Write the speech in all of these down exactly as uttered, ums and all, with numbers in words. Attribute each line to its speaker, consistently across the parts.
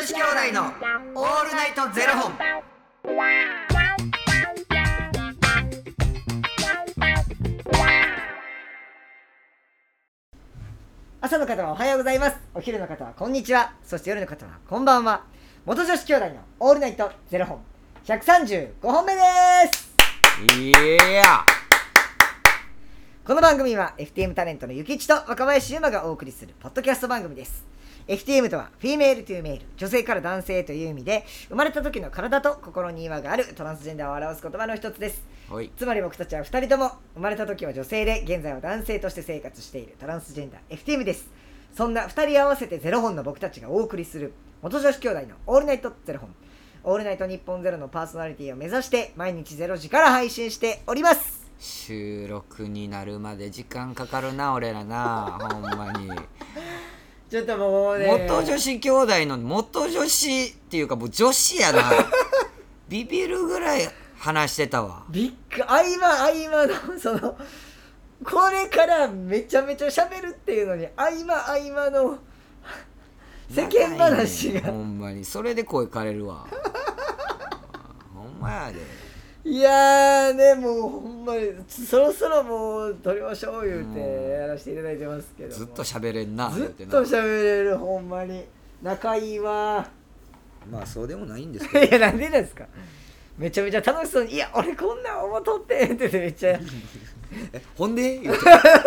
Speaker 1: 子兄弟のオールナイトゼロ本。
Speaker 2: 朝の方はおはようございます。お昼の方はこんにちは。そして夜の方はこんばんは。元女子兄弟のオールナイトゼロ本ひゃくさんじゅうごほんめです。
Speaker 1: いや
Speaker 2: この番組は エフティーエム タレントのゆきちと若林優馬がお送りするポッドキャスト番組です。 エフティーエム とはフィメールトゥーメール、女性から男性という意味で、生まれた時の体と心に違和があるトランスジェンダーを表す言葉の一つです。つまり僕たちはふたりとも生まれた時は女性で現在は男性として生活しているトランスジェンダー エフティーエム です。そんなふたり合わせてゼロ本の僕たちがお送りする元女子兄弟のオールナイトゼロ本、オールナイト日本ゼロのパーソナリティを目指して毎日ゼロ時から配信しております。
Speaker 1: 収録になるまで時間かかるな俺らなほんまに
Speaker 2: ちょっともうね、
Speaker 1: 元女子兄弟の元女子っていうかもう女子やなビビるぐらい話してたわ。
Speaker 2: びっく合間合間のそのこれからめちゃめちゃ喋るっていうのに合間合間の世間話が、
Speaker 1: ね、ほんまにそれで声枯れるわほんまやで。
Speaker 2: いやーね、もうほんまにそろそろもう撮りましょう言うてやらせていただいてますけど、
Speaker 1: ずっと喋れんな。
Speaker 2: ずっと喋れる、ほんまに仲いいわ。
Speaker 1: まあそうでもないんですけど
Speaker 2: いやなんでですか。めちゃめちゃ楽しそうに、いや俺こんな思っとってって言ってめっちゃ
Speaker 1: ほんで言うて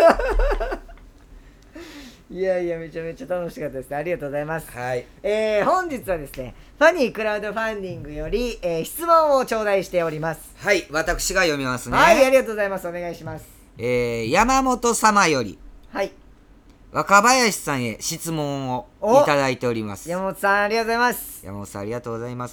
Speaker 2: いやいやめちゃめちゃ楽しかったです。ありがとうございます。
Speaker 1: はい、
Speaker 2: えー、本日はですね、ファニークラウドファンディングより、えー、質問を頂戴しております。
Speaker 1: はい、私が読みますね。
Speaker 2: はい、ありがとうございます。お願いします。
Speaker 1: えー、山本様より、
Speaker 2: はい、
Speaker 1: 若林さんへ質問をいただいております。
Speaker 2: 山本さんありがとうございます。
Speaker 1: 山本さんありがとうございます。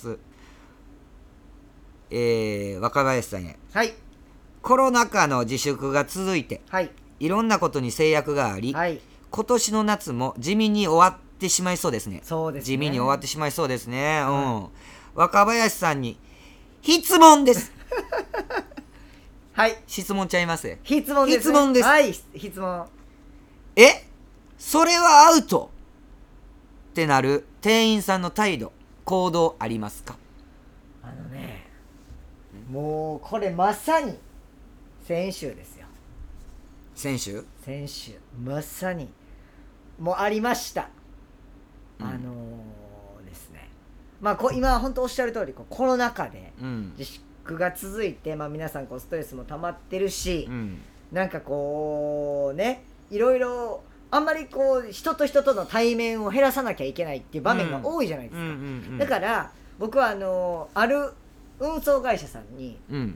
Speaker 1: えー、若林さんへ、
Speaker 2: はい、
Speaker 1: コロナ禍の自粛が続いて、
Speaker 2: はい、
Speaker 1: いろんなことに制約があり、
Speaker 2: はい、
Speaker 1: 今年の夏も地味に終わってしまいそうですね。
Speaker 2: そうですね、
Speaker 1: 地味に終わってしまいそうですね、
Speaker 2: うん、
Speaker 1: うん、若林さんに質問です
Speaker 2: はい、
Speaker 1: 質問ちゃいます
Speaker 2: 質問です、ね、
Speaker 1: 質問です。
Speaker 2: はい、質問。
Speaker 1: えそれはアウトってなる店員さんの態度行動ありますか？
Speaker 2: あのね、もうこれまさに先週ですよ。
Speaker 1: 先週
Speaker 2: 先週まさにもうありました、うん、あのー、ですね、まあこ今本当おっしゃる通りこうコロナ禍で自粛が続いて、うん、まあ、皆さんこうストレスも溜まってるし、うん、なんかこうね、いろいろあんまりこう人と人との対面を減らさなきゃいけないっていう場面が多いじゃないですか、うんうんうんうん、だから僕はあのー、ある運送会社さんに、うん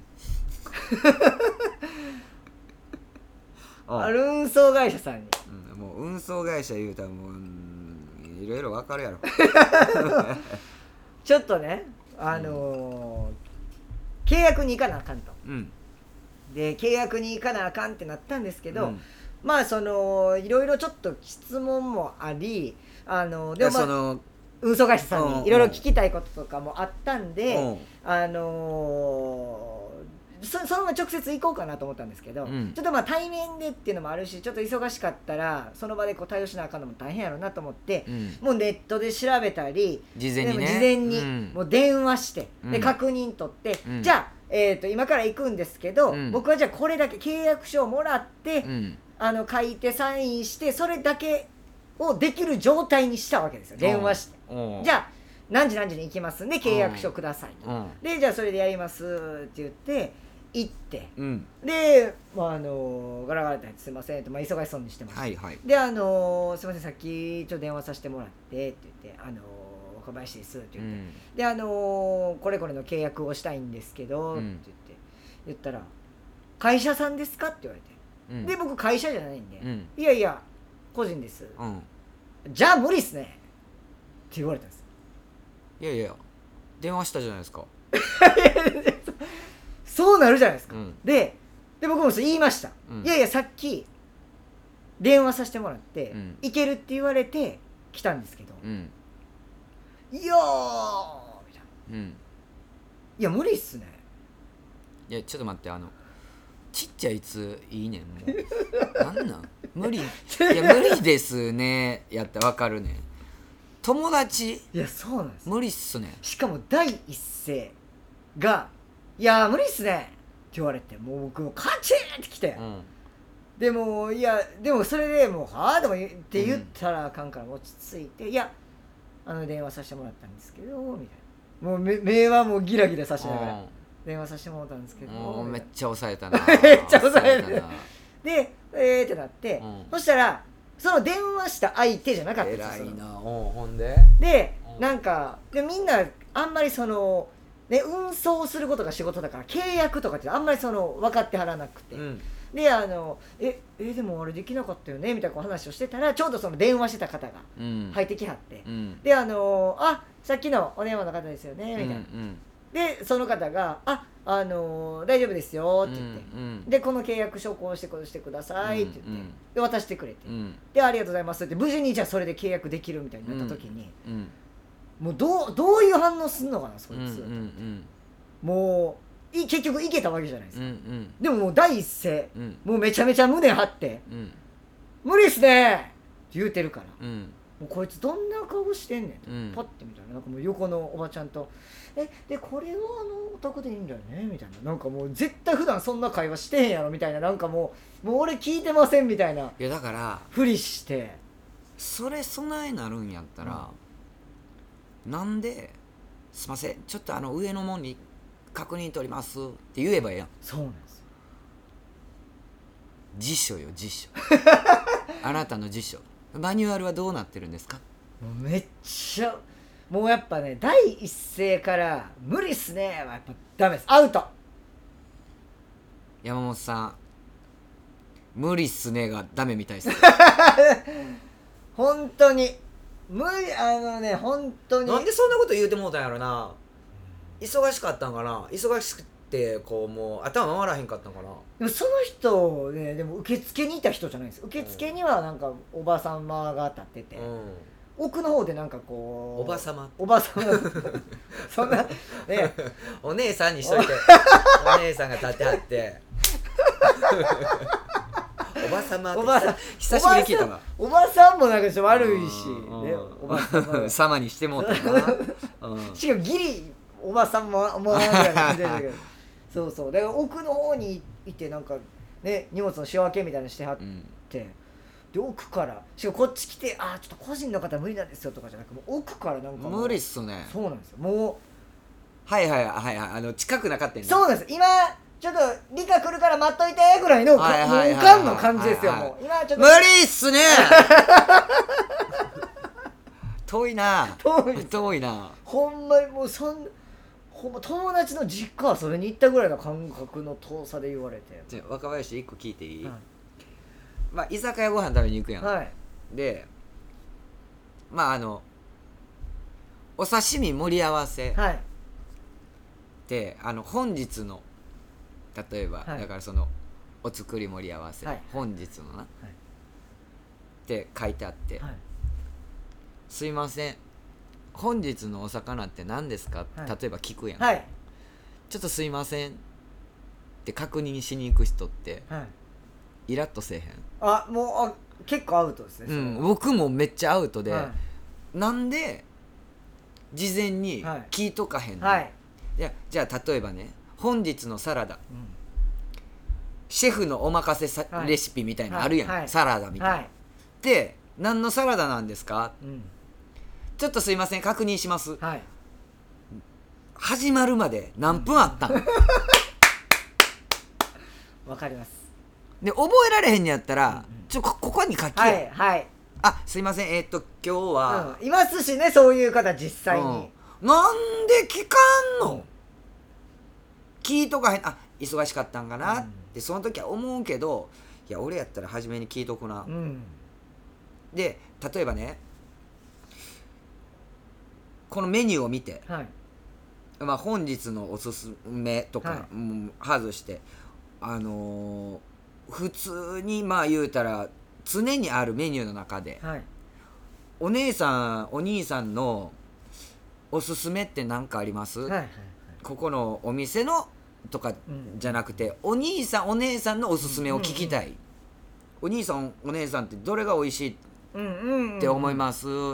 Speaker 2: ある運送会社さんに、
Speaker 1: うん、もう運送会社言うたらもういろいろ分かるやろ
Speaker 2: ちょっとね、あのー、契約に行かなあかんと、うん、で契約に行かなあかんってなったんですけど、うん、まあそのいろいろちょっと質問もあり、あのー、でも、まあ、その運送会社さんにいろいろ聞きたいこととかもあったんで、うん、あのーそ, そのまま直接行こうかなと思ったんですけど、うん、ちょっとまあ対面でっていうのもあるし、ちょっと忙しかったらその場でこう対応しなあかんのも大変やろうなと思って、うん、もうネットで調べたり
Speaker 1: 事前にね、
Speaker 2: 事前にもう電話して、うん、で確認取って、うん、じゃあ、えー、と今から行くんですけど、うん、僕はじゃあこれだけ契約書をもらって、うん、あの書いてサインしてそれだけをできる状態にしたわけですよ。電話して、じゃあ何時何時に行きますんで契約書くださいと、でじゃあそれでやりますって言って行って、うん、で、まあ、あのガラガラってすいませんと、まあ、忙しそうにしてました、はいはい、であのすいませんさっきちょっと電話させてもらってって言って、あの若林ですって言って、うん、であのこれこれの契約をしたいんですけど、うん、って言って言ったら会社さんですかって言われて、うん、で僕会社じゃないんで、うん、いやいや個人です、うん、じゃあ無理っすねって言われたんです。
Speaker 1: いやいや電話したじゃないですか
Speaker 2: そうなるじゃないですか、うん、で, で僕もそう言いました、うん、いやいやさっき電話させてもらって、うん、行けるって言われて来たんですけど、うん、いやーみたいな、うん、いや無理っすね。
Speaker 1: いやちょっと待って、あのちっちゃいついいねんもうなんなん無理いや無理ですねやったら分かるねん。 友達
Speaker 2: いやそうなんです。
Speaker 1: 無理っすね。
Speaker 2: しかも第一声が「いや無理っすね」って言われて、もう僕もカチンってきて、うん、でもいやでもそれでもう「はあ?」でも言って言ったらあかんから落ち着いて「いやあの電話させてもらったんですけど」みたいな、もう目目はもうギラギラさしながら電話させてもらったんですけど、
Speaker 1: もうめっちゃ抑えたな
Speaker 2: めっちゃ抑えてでえーってなって、
Speaker 1: うん、
Speaker 2: そしたらその電話した相手じゃなかったんですよ。
Speaker 1: 偉いな。おほんで
Speaker 2: でなんかでみんなあんまりその、ね、運送することが仕事だから契約とかってあんまりその分かってはらなくて、うん、であのええでもあれできなかったよねみたいな話をしてたら、ちょうどその電話してた方が入ってきはって、うん、であのあさっきのお電話の方ですよねみたいな、うんうん、でその方がああのー、大丈夫ですよって言って、うんうん、でこの契約書こうしてこうしてくださいって言って、うんうん、で渡してくれて、うん、でありがとうございますって無事にじゃあそれで契約できるみたいになった時に、うんうん、もうどう、どういう反応すんのかなそいつ、うんうんうん、もうい結局いけたわけじゃないですか、うんうん、でももう第一声、うん、もうめちゃめちゃ胸張って、うん、無理っすねって言うてるから、うん、もうこいつどんな顔してんねんって、うん、パッて見たらなんかもう横のおばちゃんとえでこれはあのお宅でいいんだよねみたいな、なんかもう絶対普段そんな会話してへんやろみたいな、なんかもうもう俺聞いてませんみたいな、
Speaker 1: いやだから
Speaker 2: ふりして
Speaker 1: それ備えなるんやったら、うん、なんですいませんちょっとあの上のもんに確認取りますって言えばええやん。
Speaker 2: そうなんですよ。
Speaker 1: 辞書よ辞書あなたの辞書マニュアルはどうなってるんですか。
Speaker 2: もうめっちゃもうやっぱね第一声から無理っすねはやっぱダメです。アウト。
Speaker 1: 山本さん無理っすねがダメみたいです
Speaker 2: 本当に無理、あのね本当に
Speaker 1: なんでそんなこと言うてもうたんやろな。忙しかったんかな。忙しくてこうもう頭回らへんかったんかな。
Speaker 2: でもその人ねでも受付にいた人じゃないんです。受付にはなんかおばさまが立ってて、うん、奥の方でなんかこう
Speaker 1: おばさま
Speaker 2: おばさまそんなね
Speaker 1: お姉さんにしといてお姉さんが立ってはっておばさまっておばさ久しぶりに聞いたわ。
Speaker 2: おばさんもなんかちょっと悪いし、ね、おばさま
Speaker 1: 様にしてもうたな、
Speaker 2: うん、しかもギリおばさんも思わないぐらい感じだけどそうそうだから奥の方にいてなんかね荷物の仕分けみたいなのしてはって、うん、で奥からしかもこっち来てあちょっと個人の方無理なんですよとかじゃなくもう奥からなんか
Speaker 1: 無理っすね。
Speaker 2: そうなんですよ。もう
Speaker 1: はいはいはいはいあの近くなかったんね。
Speaker 2: そうなんです。今ちょっと理科来るから待っといてぐらいのおかんの感じですよ。もう今ちょっと
Speaker 1: 無理っすね遠いな遠い遠いな
Speaker 2: ほんまにもうそんほんま友達の実家はそれに行ったぐらいの感覚の遠さで言われて。
Speaker 1: じゃ若林一個聞いていい、はい、まあ居酒屋ご飯食べに行くやん、はい、でまああのお刺身盛り合わせ、はい、であの本日の例えば、はい、だからそのお作り盛り合わせ、はい、本日のな、はい、って書いてあって、はい、すいません本日のお魚って何ですか、はい、例えば聞くやん、はい、ちょっとすいませんって確認しに行く人って、はい、イラッとせえへん。
Speaker 2: あもうあ結構アウトですね、
Speaker 1: うん、僕もめっちゃアウトで、はい、なんで事前に聞いとかへんの、はい、いやじゃあ例えばね本日のサラダ、うん、シェフのお任せさ、はい、レシピみたいなのあるやん、はいはい、サラダみたいな、はい、で何のサラダなんですか、うん、ちょっとすいません確認します、はい、始まるまで何分あったん、うん、
Speaker 2: わかります。
Speaker 1: で覚えられへんのやったら、うんうん、ちょここに書きや、
Speaker 2: はいはい、
Speaker 1: あすいませんえー、っと今日は、
Speaker 2: うん、いますしねそういう方実際に、
Speaker 1: うん、なんで聞かんの、うん、聞いとかへんあ忙しかったんかな、うん、ってその時は思うけどいや俺やったら初めに聞いとくな、うん、で例えばねこのメニューを見て、はいまあ、本日のおすすめとか、はい、もう外してあのー、普通にまあ言うたら常にあるメニューの中で、はい、お姉さんお兄さんのおすすめって何かあります、はいはいはい、ここのお店のとかじゃなくて、うん、お兄さんお姉さんのおすすめを聞きたい、うんうんうん、お兄さんお姉さんってどれが美味しいって思います、うんうんうん、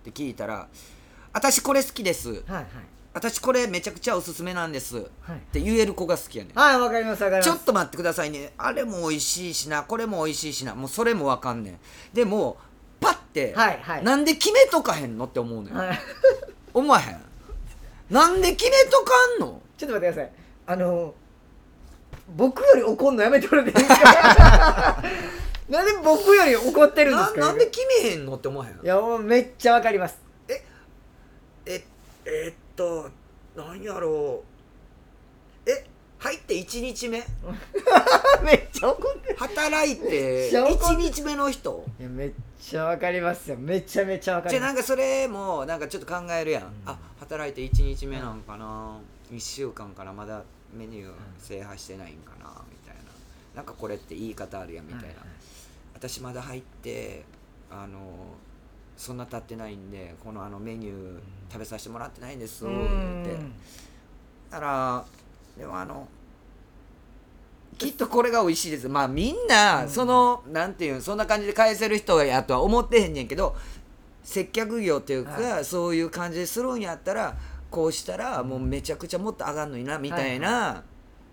Speaker 1: って聞いたら私これ好きです、はいはい、私これめちゃくちゃおすすめなんです、はい、って言える子が好きやねん。
Speaker 2: はい、わかりますわかります。
Speaker 1: ちょっと待ってくださいね、あれも美味しいしなこれも美味しいしな、もうそれもわかんねん。でもパッて、はいはい、なんで決めとかへんのって思うねん、はい、思わへん？なんで決めとかんの？
Speaker 2: ちょっと待ってください、あの僕より怒んのやめてもらっていいですか？なんで僕より怒ってるんですか？
Speaker 1: な, なんで決めへんのって思わへん？
Speaker 2: いやもうめっちゃわかります。
Speaker 1: えええー、っとなんやろう、え入っていちにちめ
Speaker 2: めっちゃ怒ってる。
Speaker 1: 働いていちにちめの人、
Speaker 2: いやめっちゃわかりますよ、めちゃめちゃわかります。
Speaker 1: じゃなんかそれもなんかちょっと考えるやん、うん、あ働いていちにちめなんかな、いっしゅうかんからまだメニュー制覇してないんかなみたいな、なんかこれって言い方あるやんみたいな、はいはい、私まだ入ってあのそんな経ってないんでこのあのメニュー食べさせてもらってないんですってだからでもあのきっとこれが美味しいです。まあみんなその、うん、なんていうそんな感じで返せる人やとは思ってへんねんけど、接客業っていうか、はい、そういう感じでするんやったらこうしたらもうめちゃくちゃもっと上がんのになみたいな、はいはい、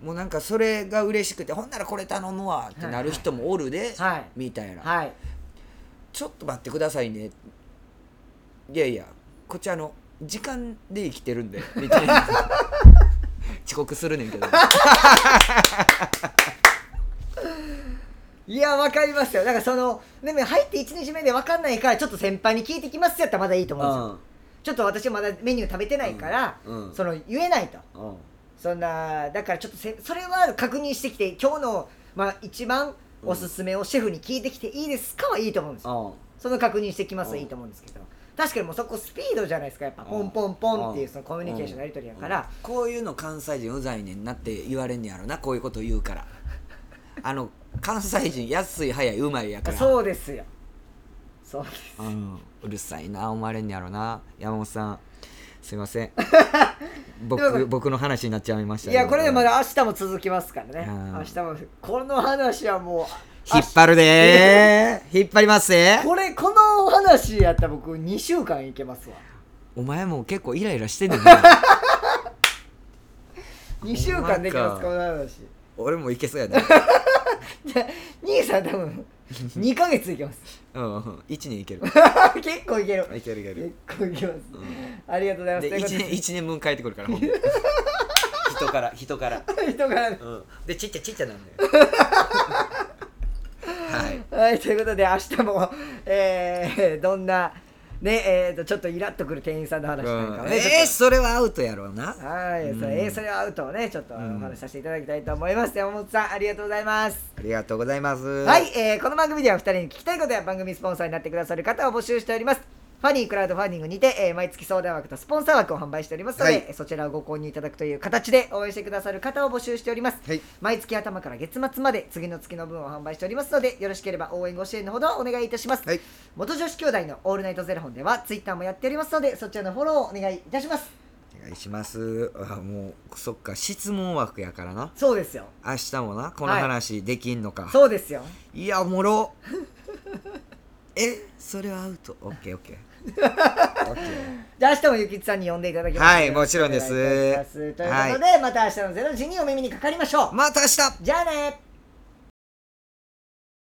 Speaker 1: もうなんかそれが嬉しくてほんならこれ頼むわってなる人もおるで、はいはい、みたいな、はい、ちょっと待ってくださいね、いやいやこっちあの時間で生きてるんでみたいな遅刻するねんけど
Speaker 2: いやわかりますよ。だからそのでも入っていちにちめで分かんないからちょっと先輩に聞いてきますよってまだいいと思うんですよ、うん、ちょっと私まだメニュー食べてないから、うんうん、その言えないと、うん、そんなだからちょっとせそれは確認してきて今日の、まあ、一番おすすめをシェフに聞いてきていいですかはいいと思うんですよ、うん、その確認してきますはいいと思うんですけど、確かにもうそこスピードじゃないですか、やっぱポンポンポンっていうそのコミュニケーションのやり取りやから、うんうん、
Speaker 1: こういうの関西人うざいねんなって言われんねやろな、こういうこと言うからあの関西人安い早いうまいやから。
Speaker 2: そうですよそうです、
Speaker 1: うん、うるさいな思われんねやろな。山本さんすいません僕, 僕の話になっちゃいました、
Speaker 2: ね、いやこれでまだ明日も続きますからね、うん、明日もこの話はもう
Speaker 1: 引っ張るでー引っ張りますね。
Speaker 2: これこの話やったら僕にしゅうかんいけますわ。
Speaker 1: お前も結構イライラしてんねんな
Speaker 2: にしゅうかんできますこの話。
Speaker 1: 俺もいけそうやね
Speaker 2: じゃあ兄さん多分にかげついけます
Speaker 1: うんうんいちねんいける
Speaker 2: 結構いける
Speaker 1: いけるいける
Speaker 2: 結構いけます、うん、ありがとうございます。
Speaker 1: で いち, 年いちねんぶん帰ってくるからほんで人から人から
Speaker 2: 人から、うん、
Speaker 1: でちっちゃちっちゃなんだよはい、
Speaker 2: はい、ということで明日も、えー、どんなねえー、とちょっとイラッとくる店員さんの話なんかをね、うん、
Speaker 1: えー、それはアウトやろうな。
Speaker 2: はい、うん、そ, れえー、それはアウトをねちょっとお話しさせていただきたいと思います、うん、山本さんありがとうございます。
Speaker 1: ありがとうございます。
Speaker 2: はい、えー、この番組ではふたりに聞きたいことや番組スポンサーになってくださる方を募集しております。ファニークラウドファンディングにて、えー、毎月相談枠とスポンサー枠を販売しておりますので、はい、そちらをご購入いただくという形で応援してくださる方を募集しております、はい、毎月頭から月末まで次の月の分を販売しておりますのでよろしければ応援ご支援のほどお願いいたします、はい、元女子兄弟のオールナイトゼロ本ではツイッターもやっておりますのでそちらのフォローをお願いいたします。
Speaker 1: お願いします。あもうそっか質問枠やからな。
Speaker 2: そうですよ。
Speaker 1: 明日もなこの話できんのか、はい、
Speaker 2: そうですよ。
Speaker 1: いやおもろえそれはアウト。オッケーオッケーじ
Speaker 2: ゃあ明日もゆきつさんに呼んでいただきます。
Speaker 1: はいもちろんです。と
Speaker 2: いうことで、はい、また明日のゼロ時にお耳にかかりましょう。
Speaker 1: また明日。
Speaker 2: じゃあね。